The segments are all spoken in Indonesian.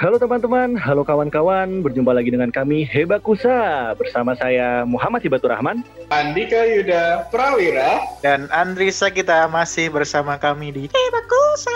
Halo teman-teman, halo kawan-kawan, berjumpa lagi dengan kami Hebakusa. Bersama saya Muhammad Hibatur Rahman, Andika Yuda Prawira, dan Andrisa. Kita masih bersama kami di Hebakusa.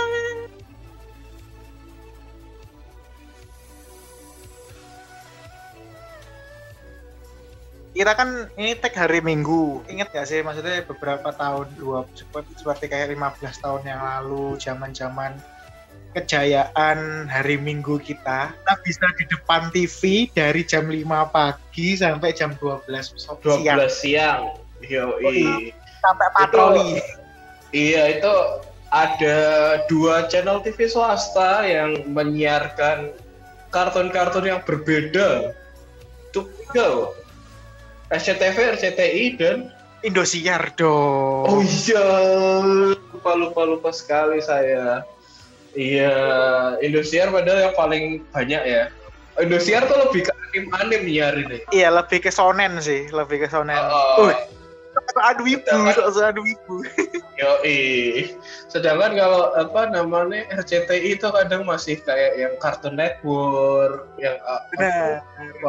Kita kan ini tag hari Minggu. Ingat gak sih, maksudnya beberapa tahun, seperti kayak 15 tahun yang lalu, zaman-zaman kejayaan hari Minggu kita bisa di depan TV dari jam 5 pagi sampai jam 12 siang. Yoi. Sampai patroli. Iya, itu ada 2 channel TV swasta yang menyiarkan kartun-kartun yang berbeda. Itu 3. SCTV, RCTI, dan Indosiar dong. Oh iya, lupa sekali saya. Iya, Indosiar padahal yang paling banyak ya. Indosiar tuh lebih ke anim nyiarin deh. Iya, lebih ke shonen sih, lebih ke shonen. Adu ibu. Yoi. Sedangkan kalau RCTI itu kadang masih kayak yang Cartoon Network, yang benar.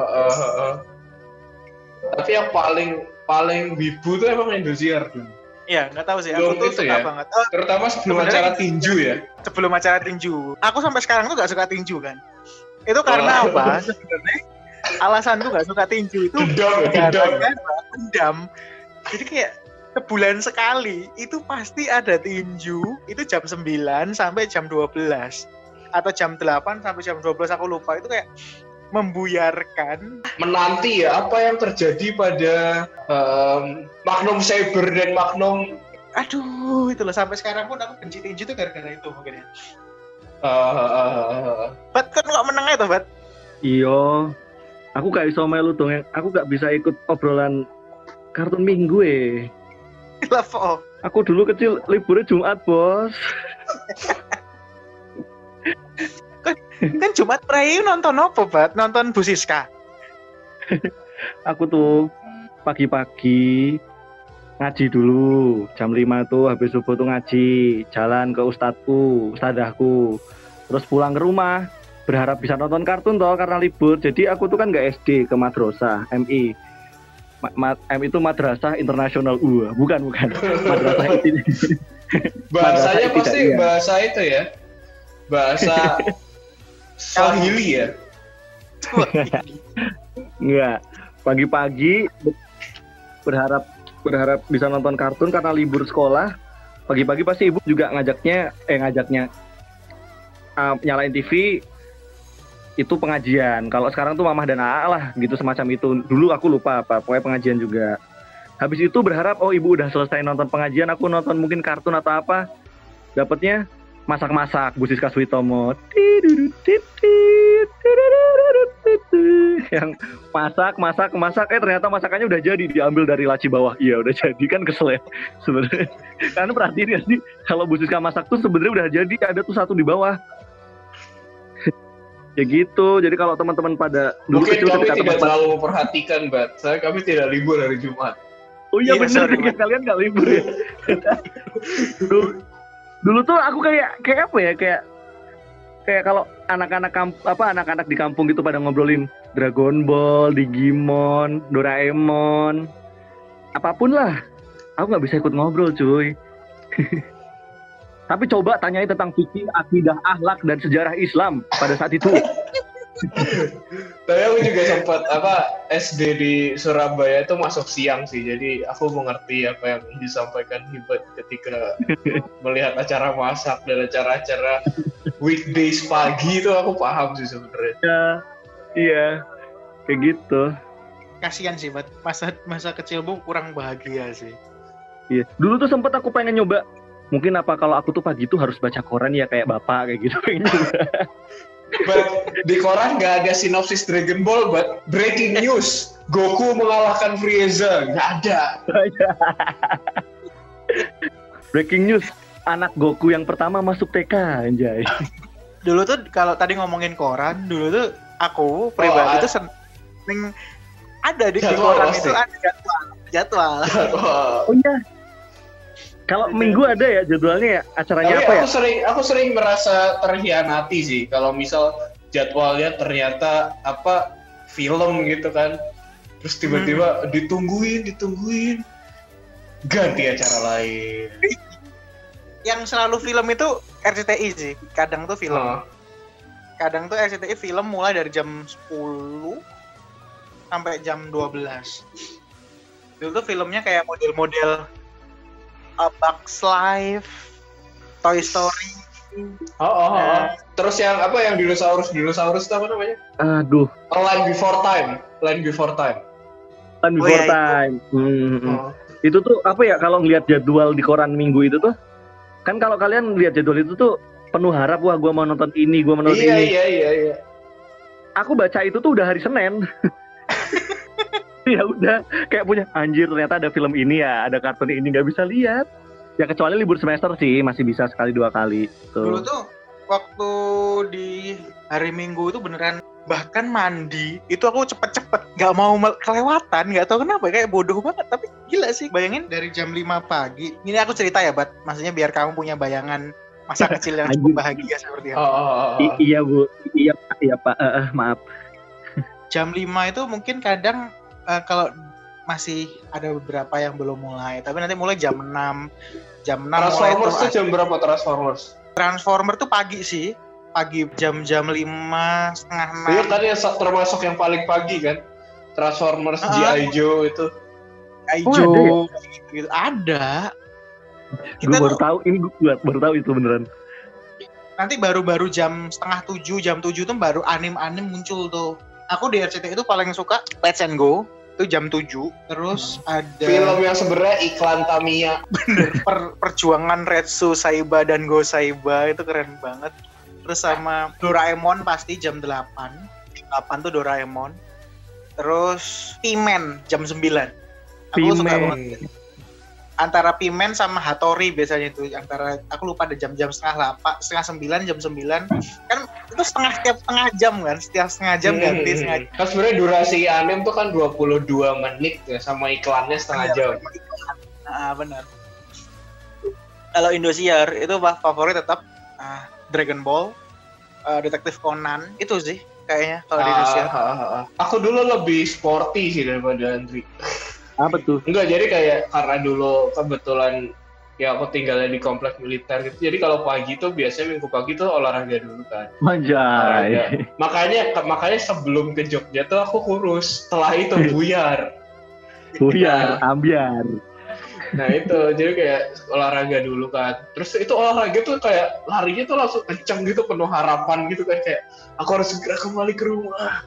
Tapi yang paling wibu tuh emang Indosiar dulu. Iya, nggak tahu sih. Aku tuh suka banget. Terutama sebelum acara tinju ya. Sebelum acara tinju. Aku sampai sekarang tuh nggak suka tinju kan. Itu karena apa? Sebenarnya alasan tuh nggak suka tinju itu dendam. Jadi kayak sebulan sekali itu pasti ada tinju. Itu jam 9 sampai jam 12 atau jam 8 sampai jam 12, aku lupa. Itu kayak membuyarkan, menanti ya apa yang terjadi pada Magnum Saber dan Magnum. Aduh, itu loh, sampai sekarang pun aku benci tinju tuh gara-gara itu mungkin ya. Bat kan nggak menang itu, Bat? Iya, aku gak iso melu dong, aku gak bisa ikut obrolan kartun minggu Lepo. Aku dulu kecil liburnya Jumat, bos. Kan Jumat Prei nonton apa, Bat? Nonton Bu Siska. Aku tuh pagi-pagi ngaji dulu, jam 5 tuh habis subuh tuh ngaji, jalan ke ustadahku, terus pulang ke rumah, berharap bisa nonton kartun toh karena libur. Jadi aku tuh kan nggak SD, ke madrasah, MI. M itu Madrasah Internasional. Bukan. Madrasah itu. Bahasanya pasti bahasa itu ya. Bahasa Swahili ya? Enggak. Pagi-pagi berharap bisa nonton kartun karena libur sekolah. Pagi-pagi pasti ibu juga ngajaknya nyalain TV itu pengajian. Kalau sekarang tuh mamah dan AA lah gitu, semacam itu. Dulu aku lupa apa, pokoknya pengajian juga. Habis itu berharap ibu udah selesai nonton pengajian, aku nonton mungkin kartun atau apa. Dapatnya masak-masak Bu Siska Suitomo. Yang masak, ternyata masakannya udah jadi, diambil dari laci bawah. Iya, udah jadi, kan kesel ya sebenarnya. Karena perhatiin ya sih, kalau Bu Siska masak tuh sebenarnya udah jadi, ada tuh satu di bawah. Ya gitu. Jadi kalau teman-teman pada dulu mungkin kecil kami tidak terlalu teman, memperhatikan, kami tidak libur hari Jumat. Oh iya benar, kalian nggak libur ya. Dulu tuh aku kayak apa ya, kayak kalau anak-anak di kampung gitu pada ngobrolin Dragon Ball, Digimon, Doraemon, apapun lah, aku nggak bisa ikut ngobrol, cuy. Tapi coba tanyain tentang fikih, akidah, akhlak, dan sejarah Islam pada saat itu. Tapi aku juga sempat SD di Surabaya itu masuk siang sih, jadi aku mengerti apa yang disampaikan Hibat ketika melihat acara masak dan acara-acara weekdays pagi itu, aku paham sih sebenarnya. Iya, kayak gitu. Kasian sih, Bat. Masa kecilmu kurang bahagia sih. Iya, dulu tuh sempat aku pengen nyoba. Mungkin apa kalau aku tuh pagi tuh harus baca koran ya kayak bapak kayak gitu, pengen nyoba. Di koran nggak ada sinopsis Dragon Ball, breaking news, Goku mengalahkan Frieza, nggak ada. Breaking news, anak Goku yang pertama masuk TK, anjay. Dulu tuh kalau tadi ngomongin koran, dulu tuh aku pribadi tuh sering ada di koran itu ada jadwal. Oh iya. Kalau minggu ada ya jadwalnya ya, acaranya. Tapi apa ya? Aku sering merasa terhianati sih kalau misal jadwalnya ternyata apa film gitu kan. Terus tiba-tiba ditungguin ganti acara lain. Yang selalu film itu RCTI sih. Kadang tuh film. Kadang tuh RCTI film mulai dari jam 10 sampai jam 12. Dulu tuh filmnya kayak model-model A Bug's Life, Toy Story. Terus yang apa yang dinosaurus itu apa namanya? Aduh. Land Before Time. Land Before Time. Itu tuh apa ya, kalau ngeliat jadwal di koran minggu itu tuh, kan kalau kalian lihat jadwal itu tuh penuh harap, wah gue mau nonton ini, gue mau nonton ini. Iya. Aku baca itu tuh udah hari Senin. Ya udah, kayak punya anjir ternyata ada film ini ya, ada kartun ini, nggak bisa lihat. Ya kecuali libur semester sih, masih bisa sekali 2 kali. Dulu tuh waktu di hari Minggu itu beneran, bahkan mandi itu aku cepet-cepet, nggak mau kelewatan, nggak tahu kenapa, kayak bodoh banget. Tapi gila sih, bayangin dari jam 5 pagi. Ini aku cerita ya, Bat, maksudnya biar kamu punya bayangan masa kecil yang cukup bahagia seperti apa. Iya Bu, iya Pak, maaf. Jam 5 itu mungkin kadang kalau masih ada beberapa yang belum mulai, tapi nanti mulai jam 6. Jam 6 Transformers tuh jam berapa Transformers? Transformer tuh pagi sih. Pagi jam 5, setengah 6. Itu kan yang termasuk yang paling pagi kan? Transformers G.I. Joe itu. G.I. Joe gitu. Ada. Gue baru tahu, ini gue baru tahu itu beneran. Nanti baru jam setengah 7, jam 7 tuh baru anim-anim muncul tuh. Aku di RCTI itu paling suka Let's and Go. Itu jam 7. Terus ada film yang sebenarnya iklan Tamiya. Bener. Perjuangan Retsu Saiba dan Go Saiba itu keren banget. Terus sama Doraemon pasti jam 8. Jam 8 tuh Doraemon. Terus P-Man jam 9. Aku suka banget. Antara P-Man sama Hattori biasanya itu. Antara, aku lupa ada jam-jam setengah 9, jam 9. Kan itu setengah jam kan. Setiap setengah jam ganti setengah jam. Kan sebenarnya durasi anime tuh kan 22 menit ya, sama iklannya setengah jam. Nah, benar. Kalau Indosiar itu favorit tetap Dragon Ball, Detektif Conan, itu sih kayaknya kalau di Indosiar. Aku dulu lebih sporty sih daripada Andri. Apa tuh? Enggak, jadi kayak karena dulu kebetulan ya aku tinggalnya di komplek militer gitu. Jadi kalau pagi tuh biasanya minggu pagi tuh olahraga dulu kan. Anjay. Makanya sebelum ke Jogja tuh aku kurus. Setelah itu buyar. Ambiar. Nah itu, jadi kayak olahraga dulu kan. Terus itu olahraga tuh kayak larinya tuh langsung kenceng gitu, penuh harapan gitu kayak aku harus segera kembali ke rumah.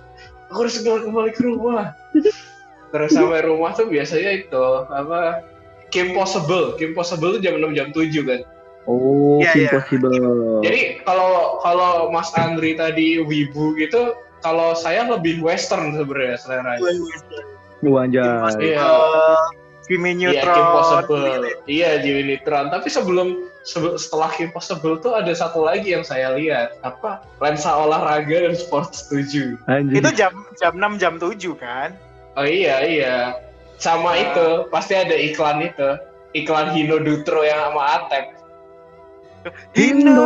Terus sampai rumah tuh biasanya itu apa? Kim Possible tuh jam 6 jam 7 kan. Oh, Kim Possible. Jadi kalau Mas Andri tadi wibu gitu, kalau saya lebih western sebenarnya selera. Anjay. Iya. Jimmy Neutron. Kim Possible. Iya, Jimmy Neutron. Tapi setelah Kim Possible tuh ada satu lagi yang saya lihat, apa? Lensa Olahraga dan Sport 7. Anjir. Itu jam 6 jam 7 kan? Oh iya. Sama itu, pasti ada iklan itu. Iklan Hino Dutro yang sama Atep. Hino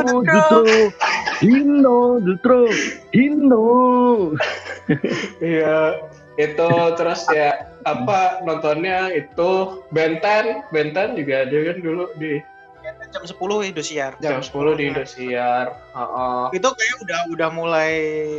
Dutro. Iya, itu terus ya apa nontonnya itu Ben 10 juga ada kan dulu di jam 10 Indosiar. Jam 10 di Indosiar. Itu kayak udah mulai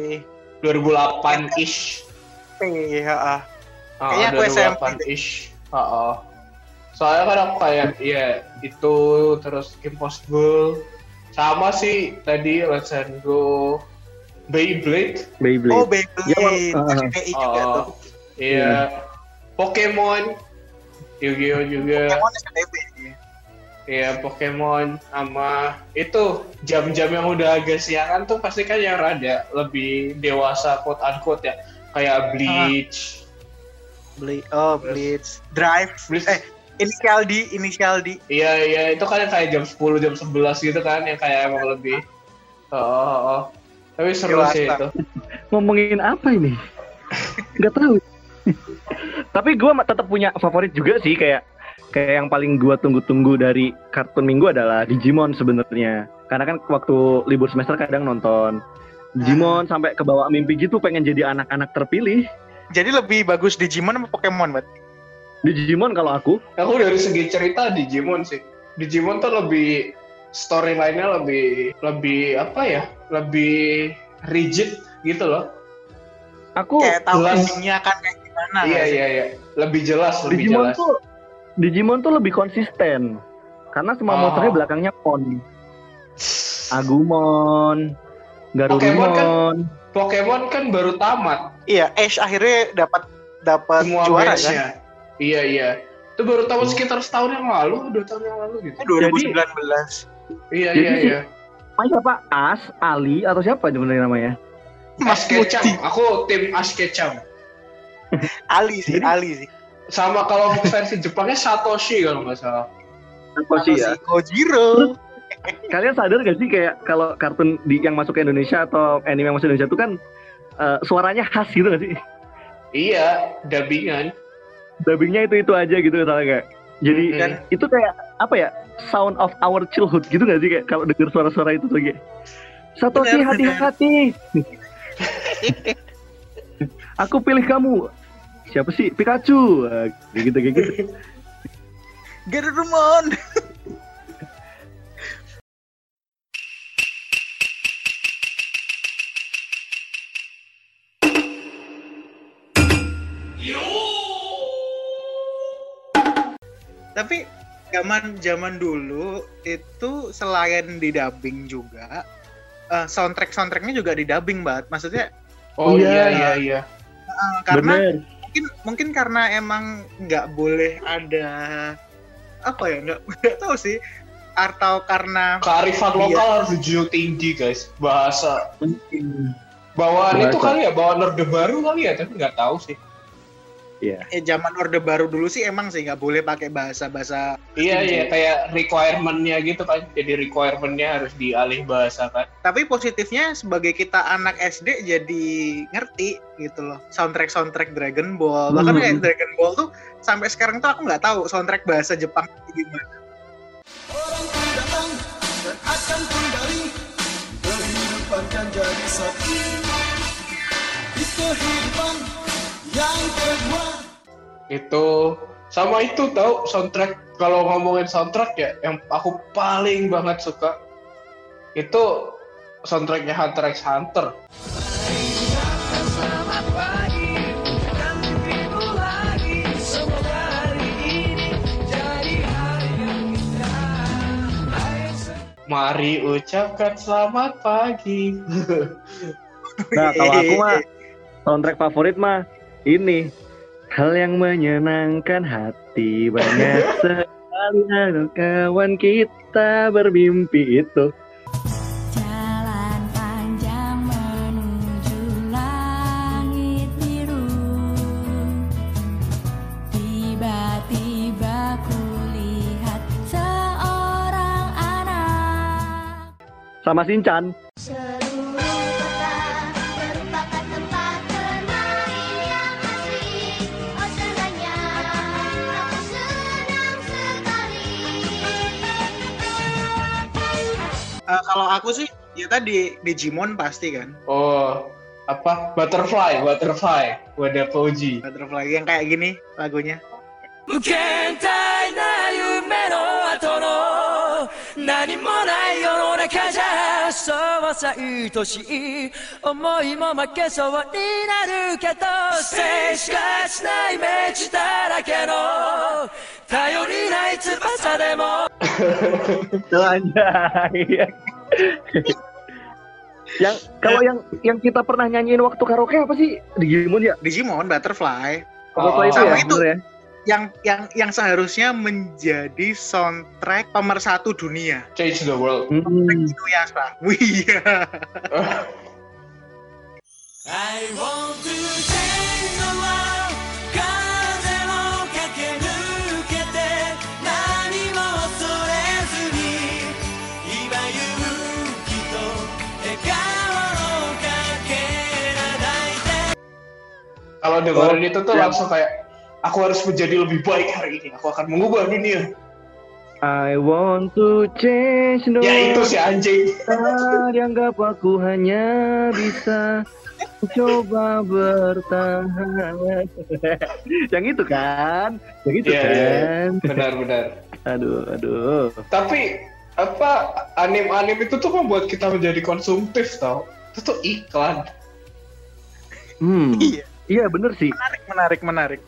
2008-ish. Iya. Kayaknya aku SMP. 2008-ish. Soalnya kan aku kayak ya itu terus Kim Possible sama sih tadi Let's and Go, Beyblade. Oh, Beyblade. Ya, juga tuh. Iya. Pokemon, Yu-Gi-Oh juga. Pokemon SDB. Iya, Pokemon sama itu jam-jam yang udah agak siangan tuh pasti kan yang rada lebih dewasa quote unquote ya. Kayak Bleach. Bleach. Drive. Inisial D. Iya, itu kan yang kayak jam 10, jam 11 gitu kan, yang kayak emang lebih. Tapi seru sih itu. Ngomongin apa ini? Nggak tahu. Tapi gue tetap punya favorit juga sih, kayak yang paling gue tunggu-tunggu dari kartun minggu adalah Digimon sebenarnya. Karena kan waktu libur semester kadang nonton. Digimon sampai ke bawah mimpi gitu pengen jadi anak-anak terpilih. Jadi lebih bagus Digimon apa Pokemon, Bat? Digimon kalau aku. Aku dari segi cerita Digimon sih. Digimon tuh lebih storyline-nya lebih apa ya? Lebih rigid gitu loh. Aku Kayak tahu jelas. endingnya akan kayak gimana. Iya. Lebih jelas, lebih jelas. Digimon tuh lebih konsisten. Karena semua monsternya belakangnya Pon. Agumon, Garurumon. Pokemon kan baru tamat. Iya, Ash akhirnya dapat Semua juara match-nya. kan? Iya. Itu baru tamat sekitar setahun yang lalu, 2 tahun yang lalu gitu. 2019. Iya. Siapa? As, Ali, atau siapa sebenarnya namanya? Mas Askecam. Muti. Aku tim Askecam. Ali sih. Sama kalau versi Jepangnya Satoshi kalau nggak salah. Satoshi ya. Kojiro. Kalian sadar gak sih kayak kalau kartun yang masuk ke Indonesia atau anime yang masuk ke Indonesia itu kan suaranya khas gitu gak sih? Iya, dubbingan. Dubbingnya itu aja gitu misalnya kayak. Jadi Dan itu kayak apa ya? Sound of our childhood gitu gak sih kayak kalau denger suara-suara itu tuh kayak. Satoshi Bener. hati-hati. Aku pilih kamu. Siapa sih? Pikachu. Kayak gitu. Garurumon. Tapi zaman dulu itu selain di dubbing juga soundtracknya juga di dubbing banget. Maksudnya iya. karena mungkin karena emang nggak boleh ada apa ya, nggak tahu sih, atau karena Kearifan lokal harus dijunjung tinggi guys. Bahasa bawaan itu kali ya, bawaan Orde Baru kali ya, tapi nggak tahu sih. Iya. Zaman Orde Baru dulu sih emang sih nggak boleh pakai bahasa Iya, kayak requirement-nya gitu kan. Jadi requirement-nya harus dialih bahasa kan. Tapi positifnya sebagai kita anak SD jadi ngerti gitu loh soundtrack Dragon Ball. Bahkan kayak Dragon Ball tuh sampai sekarang tuh aku nggak tahu soundtrack bahasa Jepang gimana. Orang datang dan akan kembali, kehidupan kan jadi sepi di kehidupan yang kedua. Itu sama itu tahu soundtrack, kalau ngomongin soundtrack ya yang aku paling banget suka itu soundtracknya Hunter x Hunter. Mari ucapkan selamat pagi. Nah, kalau aku mah soundtrack favorit mah ini hal yang menyenangkan hati banyak sekali kawan kita bermimpi itu. Jalan panjang menuju langit biru, tiba-tiba kulihat seorang anak. Sama Shinchan. Seluruh kota merupakan tempat bermain yang asik. Oh senangnya, aku senang sekali. Kalau aku sih ya tadi Digimon pasti kan. Oh, apa? Butterfly, Wada Koji. Butterfly yang kayak gini lagunya. 無限大な夢の後の何もない世の中じゃそうさ愛しい思いも負けそうになるけど静しかしないイメージだらけの頼りない翼でも Anjay. Kalau yang kita pernah nyanyiin waktu karaoke apa sih? Digimon ya? Digimon Butterfly Apa itu sama ya? itu. Bener ya? yang seharusnya menjadi soundtrack pemersatu dunia. Change the world. Itu Yasa. Wih. I want to change the world 風を駆け抜けて何も恐れずに今勇気と笑顔をかけらないで Kalau dengerin itu tuh langsung kayak aku harus menjadi lebih baik hari ini. Aku akan mengubah dunia. I want to change no Ya itu si anjing. dianggap aku hanya bisa coba bertahan. Yang itu kan? Yang itu Iya, kan? benar. Aduh. Tapi apa anim itu tuh membuat kita menjadi konsumtif tau. Itu tuh iklan. Iya, Iya bener sih. menarik.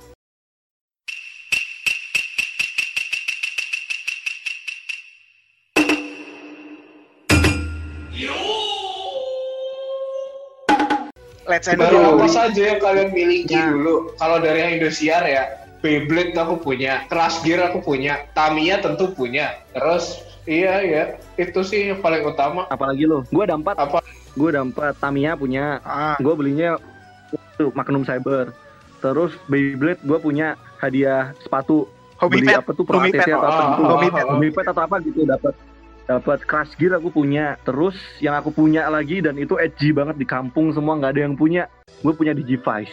Let's end Baru dulu. apa saja yang kalian miliki Ya. dulu? Kalau dari yang Indosiar ya, Beyblade aku punya, Crash Gear aku punya, Tamiya tentu punya. Terus iya, itu sih yang paling utama. Apalagi lo? Gue ada 4. Apa? Gue ada 4. Tamiya punya. Ah, Gue belinya tuh Magnum Saber. Terus Beyblade gue punya hadiah sepatu. Hobi Beli pet. apa tuh Pro Hobi ATC pet. atau apa gitu. Hobi pet. Pet atau apa gitu dapat Crash Gear aku punya. Terus yang aku punya lagi dan itu edgy banget di kampung semua nggak ada yang punya. Gue punya Digivice.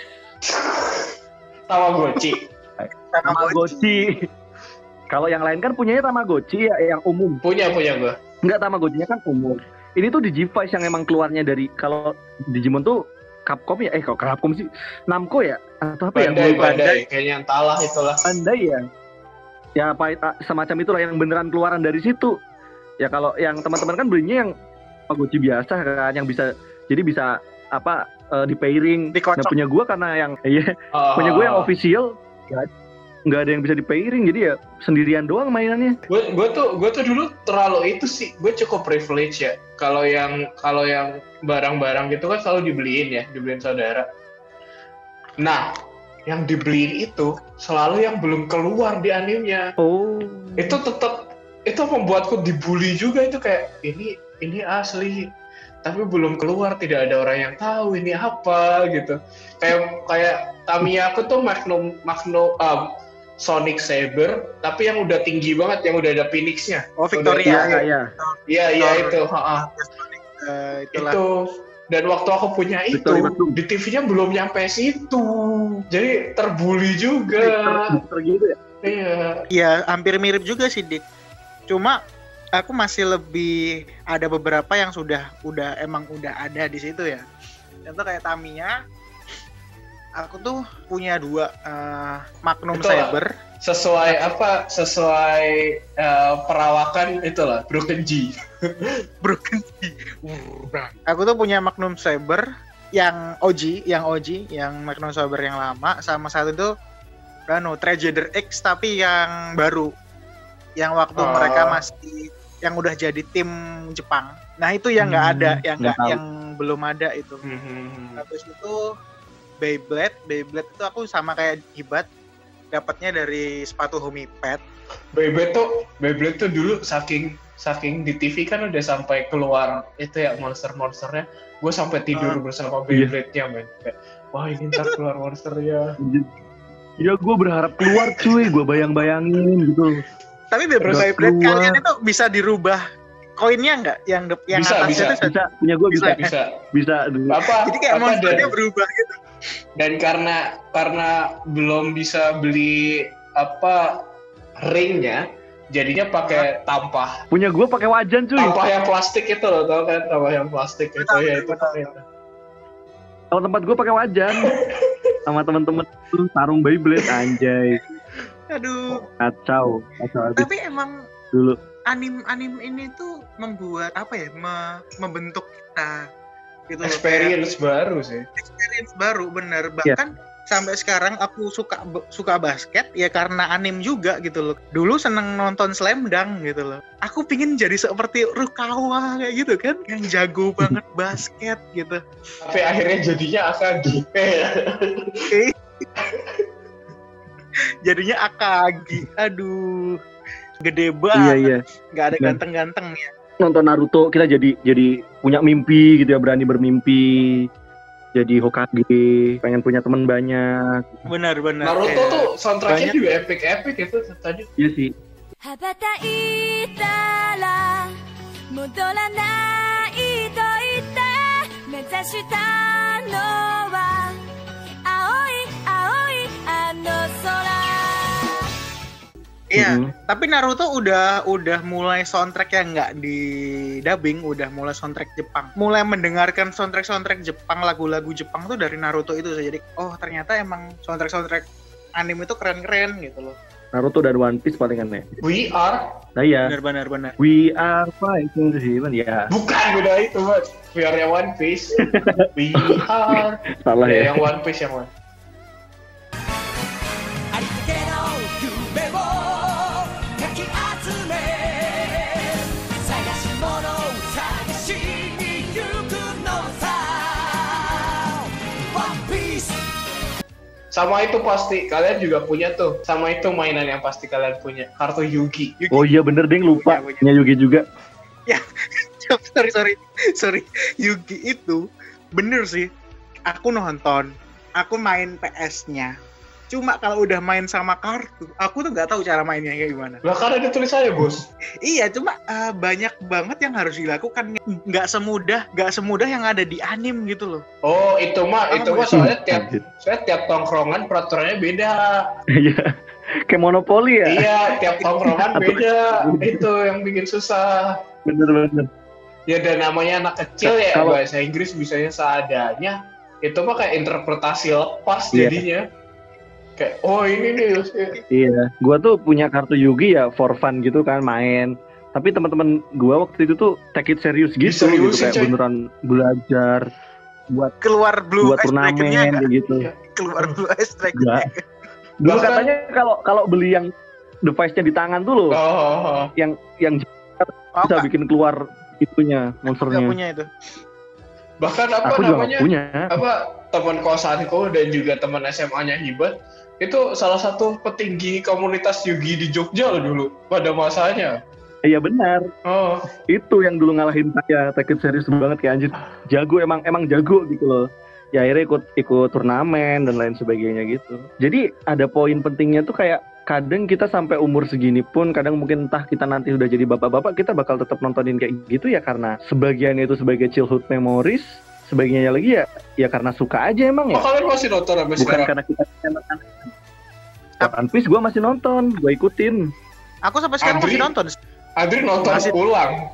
Tamagotchi. Tamagotchi. Kalau yang lain kan punyanya Tamagotchi ya yang umum. Punya gue. Enggak, Tamagotchinya kan umum. Ini tuh Digivice yang emang keluarnya dari kalau Digimon tuh Capcom ya, kalau Capcom sih Namco ya atau apa ya? Bandai. Kayaknya entahlah itulah. Bandai ya. Ya apa semacam itulah yang beneran keluaran dari situ. Ya kalau yang teman-teman kan belinya yang Tamagotchi biasa kan, yang bisa apa di pairing. Dikocok. Nah punya gua karena yang punya gua yang official nggak ada yang bisa di pairing, jadi ya sendirian doang mainannya. Gue tuh dulu terlalu itu sih, gue cukup privilege ya. Kalau yang barang-barang gitu kan selalu dibeliin saudara. Nah, yang dibeliin itu selalu yang belum keluar di animenya. Oh. Itu tetap itu membuatku dibully juga, itu kayak ini asli tapi belum keluar, tidak ada orang yang tahu ini apa gitu. Kayak Tamiya aku tuh Magnum Sonic Saber, tapi yang udah tinggi banget, yang udah ada Phoenix-nya. Oh, Victoria. Iya itu. Itulah. Itu. Dan waktu aku punya itu, Victoria Magnum. di TV-nya belum nyampe situ. Jadi terbully juga. Gitu ya. Iya. Iya, hampir mirip juga sih, Dik. Cuma aku masih lebih ada beberapa yang emang udah ada di situ ya. Contoh kayak Tamiya, aku tuh punya 2 Magnum Itulah. Saber. Sesuai perawakan itulah Broken G. Broken Key. Aku tuh punya Magnum Saber yang OG, yang Magnum Saber yang lama, sama satu itu Trageter X tapi yang baru. Yang waktu mereka masih yang udah jadi tim Jepang. Nah, itu yang nggak ada, yang belum ada itu. Habis itu Beyblade itu aku sama kayak Hibat, dapatnya dari sepatu Homipet. Beyblade tuh dulu saking di TV kan udah sampai keluar itu ya monsternya. Gue sampai tidur bersama Beyblade-nya, men. Kayak, wah ini ntar keluar monsternya. Iya, gue berharap keluar cuy, gue bayang-bayangin gitu. Tapi Beyblade kalian itu bisa dirubah koinnya nggak? Yang atasnya itu bisa, punya gue bisa dulu. jadi kayak monsternya berubah gitu. Dan karena belum bisa beli ringnya, jadinya pakai tampah. Punya gue pakai wajan cuy. Tampah yang plastik itu loh, tau kan? Tampah yang plastik itu ya itu. Kalau tempat gue pakai wajan sama teman-teman tuh sarung Beyblade anjay. Aduh. Kacau. Tapi emang dulu anim ini tuh membuat membentuk kita gitu. Experience baru sih. Experience baru, bener. Bahkan sampai sekarang aku suka basket ya karena anim juga gitu loh. Dulu seneng nonton Slam Dunk gitu loh. Aku pingin jadi seperti Rukawa kayak gitu kan, yang jago banget basket gitu. Tapi akhirnya jadinya Akagi. Jadinya Akagi. Aduh. Gede banget. Iya. Nggak ada ganteng-gantengnya. Nonton Naruto kita jadi punya mimpi gitu ya, berani bermimpi. Jadi Hokage, pengen punya teman banyak. Benar. Naruto tuh soundtracknya juga epic itu tadi. Iya sih. 羽ばたいたら戻らないと言って目指したのは青い青いあの空 Iya, tapi Naruto udah mulai soundtrack yang nggak di dubbing, udah mulai soundtrack Jepang. Mulai mendengarkan soundtrack Jepang, lagu-lagu Jepang tuh dari Naruto itu. Jadi, oh ternyata emang soundtrack anime itu keren-keren gitu loh. Naruto dan One Piece palingan ya. We are. Nah iya. Benar. We are fighting the human ya. Bukan udah itu, Mas. We are yang One Piece. We are. Salah ya. Yang One Piece yang One. ありったけの夢をかき集め探し物を探しに行くのさ One Piece Sama itu pasti kalian juga punya tuh. Sama itu mainan yang pasti kalian punya. Kartu Yugi. Oh iya bener deh, lupa. Punya. Punya Yugi juga. Ya, sorry. Yugi itu bener sih. Aku nonton, aku main PS-nya. Cuma kalau udah main sama kartu, aku tuh nggak tahu cara mainnya kayak gimana. Lah kan ada tulisannya, Bos. Iya, cuma banyak banget yang harus dilakukan. Nggak semudah yang ada di anime gitu loh. Oh, itu mah soalnya tiap tongkrongan peraturannya beda. Iya. Kayak monopoli ya. Iya, tiap tongkrongan beda. Itu yang bikin susah. Bener. Ya dan namanya anak kecil ya, Kalau- bahasa Inggris bisanya seadanya. Itu mah kayak interpretasi lepas Iya. jadinya. Kayak, oh ini nih. Iya. Gua tuh punya kartu Yugi ya for fun gitu kan main. Tapi teman-teman gua waktu itu tuh take it serius gitu, Diseriusin, kayak coy. beneran belajar buat Keluar Blue buat Ice turnamen Dragon-nya nggak? kayak gitu. Iya. Keluar Blue Ice Dragon. Enggak. Dulu Bahkan- katanya kalau beli yang device-nya di tangan tuh loh, Oh. yang Oh, bisa bikin keluar itunya nggak monsternya. punya itu. Bahkan apa Aku juga namanya? nggak punya. Apa teman kosanku dan juga teman SMA-nya Hibat itu salah satu petinggi komunitas Yugi di Jogja loh dulu pada masanya. Iya benar. Oh, Itu yang dulu ngalahin saya, take it serius banget kayak anjir. Jago emang jago gitu loh. Ya akhirnya ikut turnamen dan lain sebagainya gitu. Jadi ada poin pentingnya tuh kayak kadang kita sampai umur segini pun, kadang mungkin entah kita nanti udah jadi bapak-bapak, kita bakal tetap nontonin kayak gitu ya karena sebagian itu sebagai childhood memories, sebagiannya lagi ya karena suka aja emang ya. oh kalian masih nonton sampai Bukan sekarang? karena kita anak-anak. One Piece gue masih nonton, gue ikutin. Aku sampai sekarang Andri? masih nonton. Adri nonton Masih- ulang.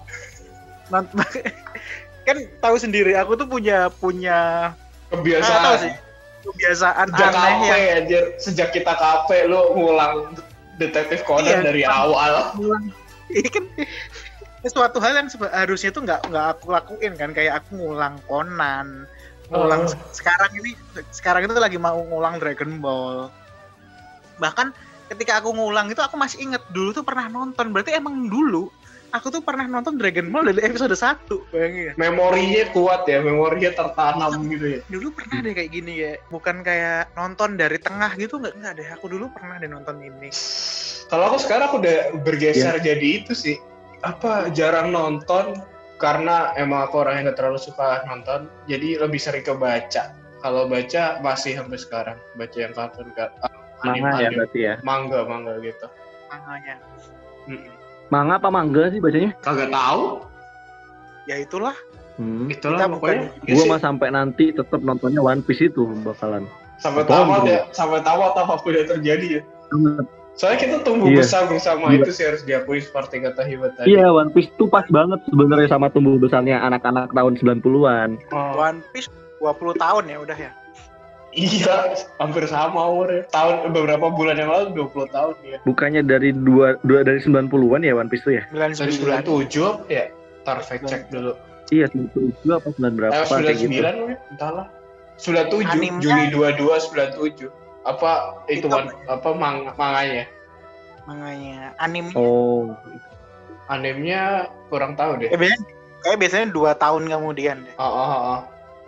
Kan tahu sendiri, aku tuh punya tahu sih, Kebiasaan. kebiasaan Sejak aneh KP yang anjir, sejak kita KP lu ngulang Detektif Conan Iya. dari awal. ini kan suatu hal yang harusnya tuh nggak aku lakuin kan, kayak aku ngulang Conan, ngulang Oh. sekarang itu lagi mau ngulang Dragon Ball. Bahkan ketika aku ngulang itu aku masih inget dulu tuh pernah nonton, berarti emang dulu aku tuh pernah nonton Dragon Ball dari episode 1, bayangin ya. Memorinya kuat ya, memorinya tertanam gitu ya. Dulu pernah deh kayak gini ya, bukan kayak nonton dari tengah gitu, nggak deh, aku dulu pernah deh nonton ini. Kalau aku sekarang udah bergeser jadi itu sih, apa jarang nonton karena emang aku orang yang gak terlalu suka nonton, jadi lebih sering ke baca. Kalau baca masih sampai sekarang, baca yang kartun Manga ya berarti ya. manga gitu. Makanya Manga apa mangga sih bacanya? Kagak tahu, ya itulah. itulah Kita pokoknya. bukan- Iya Gue sih. mah sampai nanti tetap nontonnya One Piece itu bakalan. Sampai Apaan tamat tuh? ya, sampai tamat apa udah terjadi ya. Soalnya kita tumbuh Iya. besar bersama Iya. itu sih, harus diakui seperti kata Hibat tadi. Iya, One Piece tuh pas banget sebenarnya sama tumbuh besarnya anak-anak tahun 90-an. Oh. One Piece 20 tahun ya udah ya. Iya, hampir sama umurnya. Beberapa bulan yang lalu 20 tahun ya. Bukannya dari dari 90-an ya One Piece tuh ya? 99. 97 ya? Ntar fact check dulu. Iya, 97 apa 9 berapa kayak gitu. 99 mungkin, entahlah. 97, Animenya- Juni 22, 97. Apa itu Itu apa manganya? Makanya animenya Oh, Animenya kurang tahu deh. biasanya 2 tahun kemudian deh. Oh.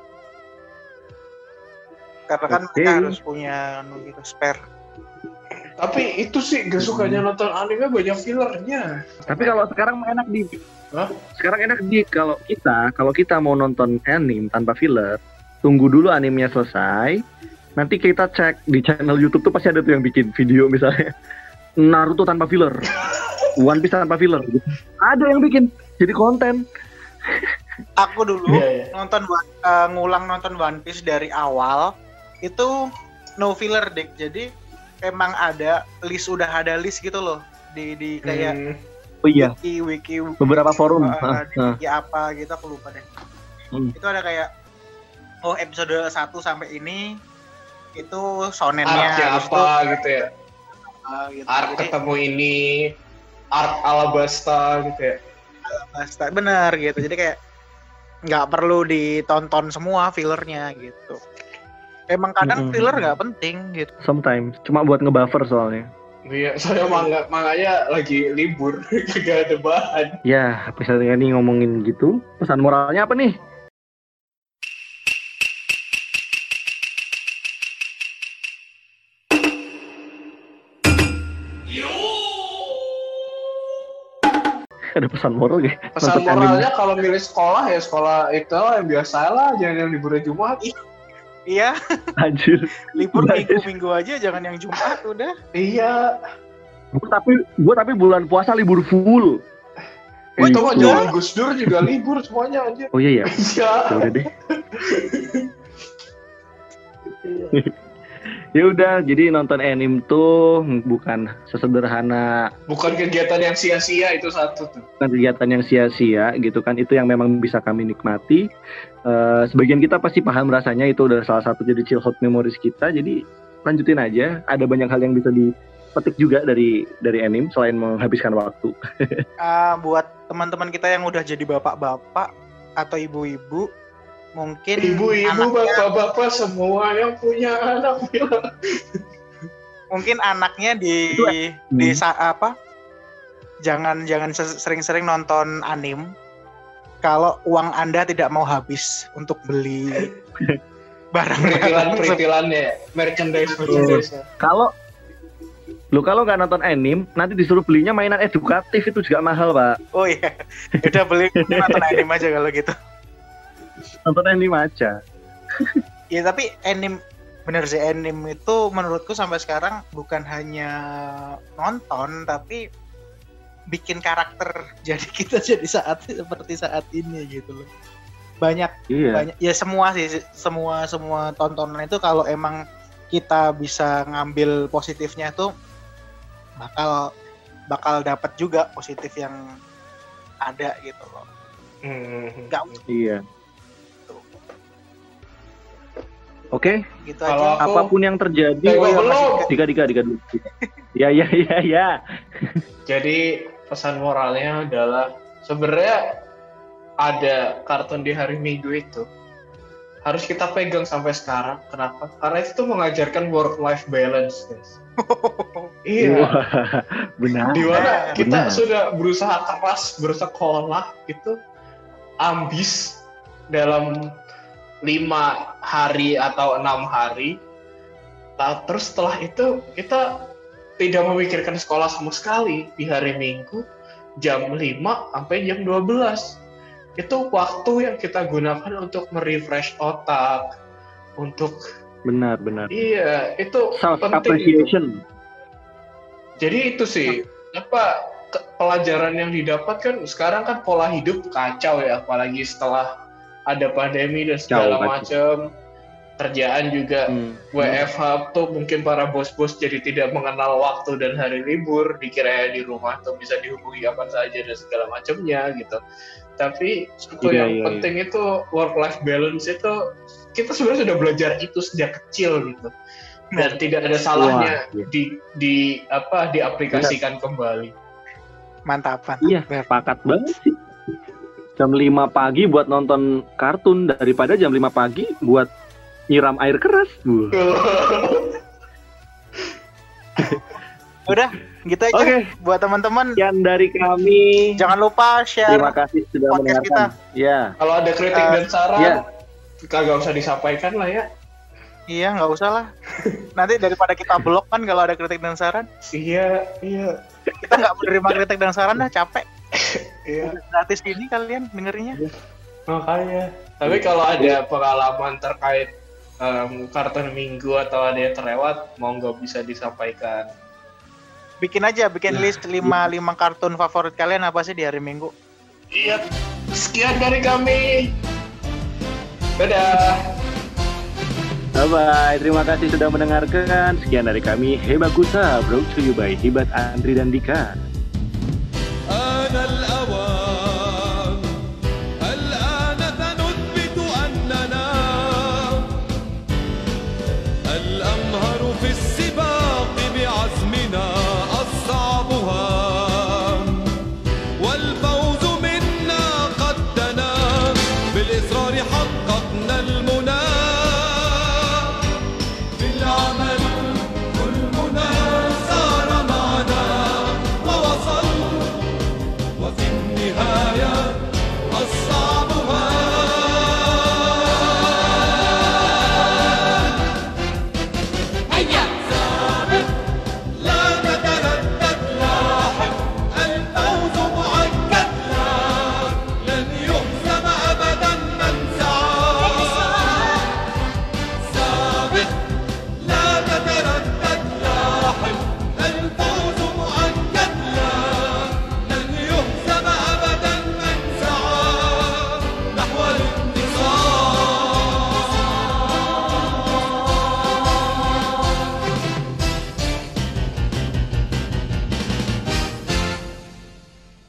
Karena kan Oke. mereka harus punya gitu spare. Tapi itu sih gak sukanya nonton anime banyak fillernya. tapi kalau sekarang mah enak di. Hah? Sekarang enak di kalau kita mau nonton anime tanpa filler, tunggu dulu animenya selesai. Nanti kita cek di channel YouTube tuh pasti ada tuh yang bikin video misalnya Naruto tanpa filler, One Piece tanpa filler gitu. Ada yang bikin jadi konten. Aku dulu Iya. ngulang nonton One Piece dari awal itu no filler dek. Jadi emang ada list gitu loh. di kayak Oh iya, wiki beberapa forum. di wiki apa gitu aku lupa deh. Itu ada kayak episode 1 sampai ini itu shonennya Arc-nya apa gitu ya. gitu. Arc Jadi, ketemu ini, Arc Alabasta gitu ya. Alabasta, bener gitu. Jadi kayak nggak perlu ditonton semua fillernya gitu. Emang kadang filler nggak penting gitu. Sometimes cuma buat ngebuffer soalnya. Iya, soalnya manganya lagi libur, gak ada bahan. Ya, episode ini ngomongin gitu. Pesan moralnya apa nih? Ada pesan moral gak? Pesan moralnya kalau milih sekolah ya sekolah itu yang biasa lah, jangan yang liburan Jumat. Iya, Anjir. libur minggu aja, jangan yang Jumat udah. Iya. Gua tapi bulan puasa libur full. Itu mah jalan Gus Dur juga libur semuanya aja. Oh iya ya. Iya. Udah deh. Ya udah, jadi nonton anime tuh bukan sesederhana, Bukan kegiatan yang sia-sia itu satu tuh. bukan kegiatan yang sia-sia gitu kan. Itu yang memang bisa kami nikmati. Sebagian kita pasti paham rasanya, itu udah salah satu jadi chill hot memories kita. Jadi lanjutin aja. Ada banyak hal yang bisa dipetik juga dari anime selain menghabiskan waktu. Buat teman-teman kita yang udah jadi bapak-bapak atau ibu-ibu, mungkin Ibu-ibu, bapak-bapak semua yang punya anak bilang. mungkin anaknya jangan sering-sering nonton anime kalau uang Anda tidak mau habis untuk beli barang Peritilannya, merchandise. Kalau nggak nonton anime, nanti disuruh belinya mainan edukatif, itu juga mahal, Pak. Oh iya, udah beli nonton anime aja kalau gitu. Nonton anime aja. Ya tapi anime, bener sih, anime itu menurutku sampai sekarang bukan hanya nonton, tapi bikin karakter jadi kita jadi seperti saat ini gitu loh. Banyak ya, semua tontonan itu kalau emang kita bisa ngambil positifnya tuh bakal dapat juga positif yang ada gitu loh. Iya. Oke. Gitu Kalau aja. Apapun yang terjadi. Dika dulu. Ya. Jadi pesan moralnya adalah sebenarnya ada kartun di hari Minggu itu harus kita pegang sampai sekarang. Kenapa? Karena itu tuh mengajarkan work-life balance, guys. Iya. Benar. Di mana kita sudah berusaha keras bersekolah itu ambis dalam 5 hari atau 6 hari. Terus setelah itu kita tidak memikirkan sekolah sama sekali. Di hari Minggu jam 5 sampai jam 12. Itu waktu yang kita gunakan untuk merefresh otak, untuk benar. Iya, itu Self penting appreciation. itu. Jadi itu sih pelajaran yang didapat kan sekarang kan pola hidup kacau ya, apalagi setelah ada pandemi dan segala macam. Kerjaan juga WFH tuh mungkin para bos-bos jadi tidak mengenal waktu dan hari libur, dikira di rumah tuh bisa dihubungi kapan saja dan segala macamnya gitu. Tapi yang penting itu work-life balance itu kita sebenarnya sudah belajar itu sejak kecil gitu. Dan tidak ada salahnya diaplikasikan kembali. Mantapan. Iya, sepakat banget sih. Jam 5 pagi buat nonton kartun daripada jam 5 pagi buat nyiram air keras. Udah, gitu aja. Oke. Buat teman-teman. Sekian dari kami. Jangan lupa share. Terima kasih sudah podcast mendengarkan. Ya. Kalau ada kritik dan saran, kagak usah disampaikan lah ya. Iya, nggak usah lah. Nanti daripada kita blok kan kalau ada kritik dan saran. Iya. Kita nggak menerima kritik dan saran dah, capek. Iya. Gratis gini kalian dengerinnya. Makanya. Tapi kalau ada pengalaman terkait kartun minggu atau ada yang terlewat, mau nggak bisa disampaikan. Bikin list 5 kartun favorit kalian apa sih di hari Minggu. Iya. Sekian dari kami. Dadah. Bye-bye, terima kasih sudah mendengarkan. Sekian dari kami, Hebakuta, brought to you by Hibat, Andri, dan Dika.